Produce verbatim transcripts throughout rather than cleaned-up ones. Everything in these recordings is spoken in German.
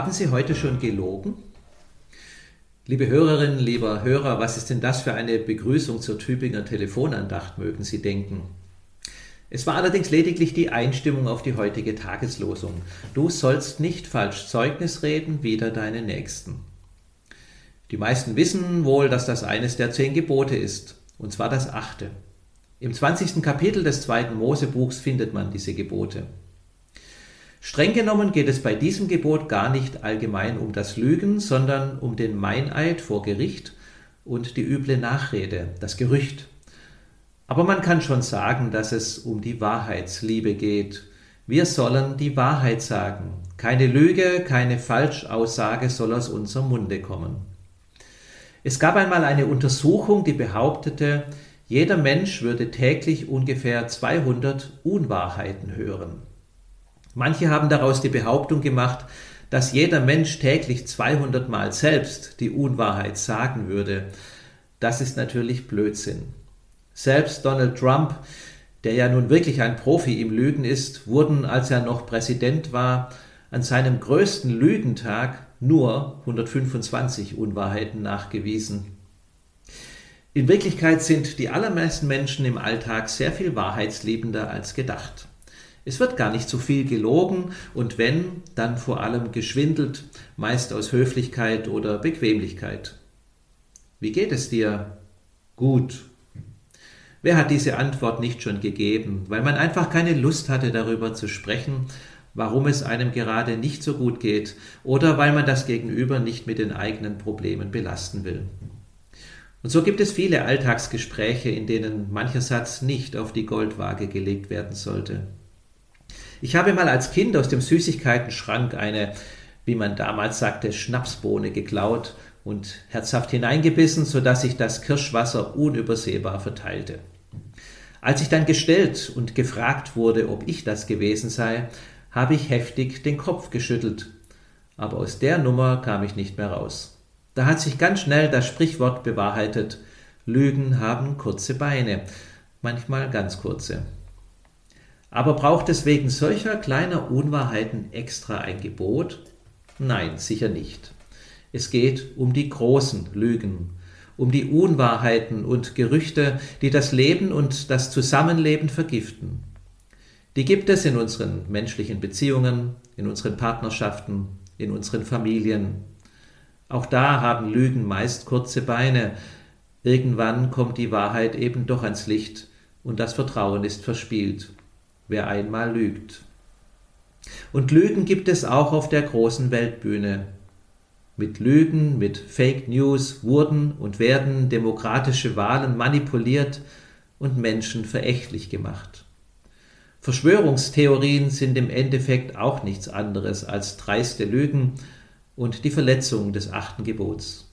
Haben Sie heute schon gelogen? Liebe Hörerinnen, lieber Hörer, was ist denn das für eine Begrüßung zur Tübinger Telefonandacht, mögen Sie denken? Es war allerdings lediglich die Einstimmung auf die heutige Tageslosung. Du sollst nicht falsch Zeugnis reden wider deinen Nächsten. Die meisten wissen wohl, dass das eines der zehn Gebote ist, und zwar das achte. Im zwanzigsten Kapitel des zweiten Mosebuchs findet man diese Gebote. Streng genommen geht es bei diesem Gebot gar nicht allgemein um das Lügen, sondern um den Meineid vor Gericht und die üble Nachrede, das Gerücht. Aber man kann schon sagen, dass es um die Wahrheitsliebe geht. Wir sollen die Wahrheit sagen. Keine Lüge, keine Falschaussage soll aus unserem Munde kommen. Es gab einmal eine Untersuchung, die behauptete, jeder Mensch würde täglich ungefähr zweihundert Unwahrheiten hören. Manche haben daraus die Behauptung gemacht, dass jeder Mensch täglich zweihundert Mal selbst die Unwahrheit sagen würde. Das ist natürlich Blödsinn. Selbst Donald Trump, der ja nun wirklich ein Profi im Lügen ist, wurden, als er noch Präsident war, an seinem größten Lügentag nur hundertfünfundzwanzig Unwahrheiten nachgewiesen. In Wirklichkeit sind die allermeisten Menschen im Alltag sehr viel wahrheitsliebender als gedacht. Es wird gar nicht so viel gelogen und wenn, dann vor allem geschwindelt, meist aus Höflichkeit oder Bequemlichkeit. Wie geht es dir? Gut. Wer hat diese Antwort nicht schon gegeben, weil man einfach keine Lust hatte, darüber zu sprechen, warum es einem gerade nicht so gut geht oder weil man das Gegenüber nicht mit den eigenen Problemen belasten will. Und so gibt es viele Alltagsgespräche, in denen mancher Satz nicht auf die Goldwaage gelegt werden sollte. Ich habe mal als Kind aus dem Süßigkeitenschrank eine, wie man damals sagte, Schnapsbohne geklaut und herzhaft hineingebissen, sodass sich das Kirschwasser unübersehbar verteilte. Als ich dann gestellt und gefragt wurde, ob ich das gewesen sei, habe ich heftig den Kopf geschüttelt. Aber aus der Nummer kam ich nicht mehr raus. Da hat sich ganz schnell das Sprichwort bewahrheitet: Lügen haben kurze Beine, manchmal ganz kurze. Aber braucht es wegen solcher kleiner Unwahrheiten extra ein Gebot? Nein, sicher nicht. Es geht um die großen Lügen, um die Unwahrheiten und Gerüchte, die das Leben und das Zusammenleben vergiften. Die gibt es in unseren menschlichen Beziehungen, in unseren Partnerschaften, in unseren Familien. Auch da haben Lügen meist kurze Beine. Irgendwann kommt die Wahrheit eben doch ans Licht und das Vertrauen ist verspielt. Wer einmal lügt. Und Lügen gibt es auch auf der großen Weltbühne. Mit Lügen, mit Fake News wurden und werden demokratische Wahlen manipuliert und Menschen verächtlich gemacht. Verschwörungstheorien sind im Endeffekt auch nichts anderes als dreiste Lügen und die Verletzung des achten Gebots.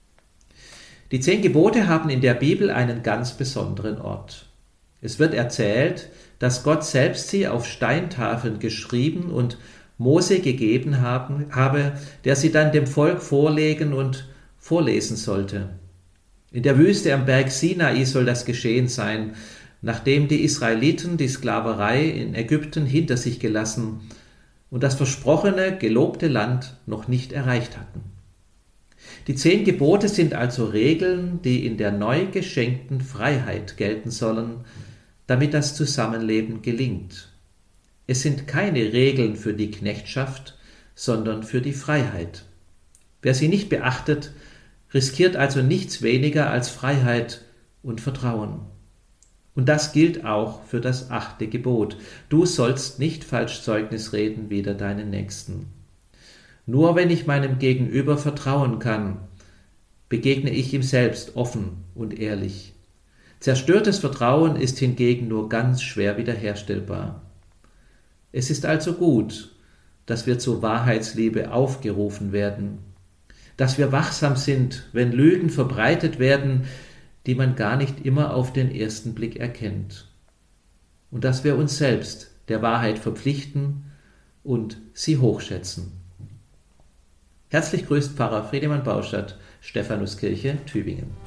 Die zehn Gebote haben in der Bibel einen ganz besonderen Ort. Es wird erzählt, dass Gott selbst sie auf Steintafeln geschrieben und Mose gegeben haben, habe, der sie dann dem Volk vorlegen und vorlesen sollte. In der Wüste am Berg Sinai soll das geschehen sein, nachdem die Israeliten die Sklaverei in Ägypten hinter sich gelassen und das versprochene, gelobte Land noch nicht erreicht hatten. Die zehn Gebote sind also Regeln, die in der neu geschenkten Freiheit gelten sollen, damit das Zusammenleben gelingt. Es sind keine Regeln für die Knechtschaft, sondern für die Freiheit. Wer sie nicht beachtet, riskiert also nichts weniger als Freiheit und Vertrauen. Und das gilt auch für das achte Gebot. Du sollst nicht falsch Zeugnis reden wider deinen Nächsten. Nur wenn ich meinem Gegenüber vertrauen kann, begegne ich ihm selbst offen und ehrlich. Zerstörtes Vertrauen ist hingegen nur ganz schwer wiederherstellbar. Es ist also gut, dass wir zur Wahrheitsliebe aufgerufen werden, dass wir wachsam sind, wenn Lügen verbreitet werden, die man gar nicht immer auf den ersten Blick erkennt, und dass wir uns selbst der Wahrheit verpflichten und sie hochschätzen. Herzlich grüßt Pfarrer Friedemann Baustadt, Stephanuskirche, Tübingen.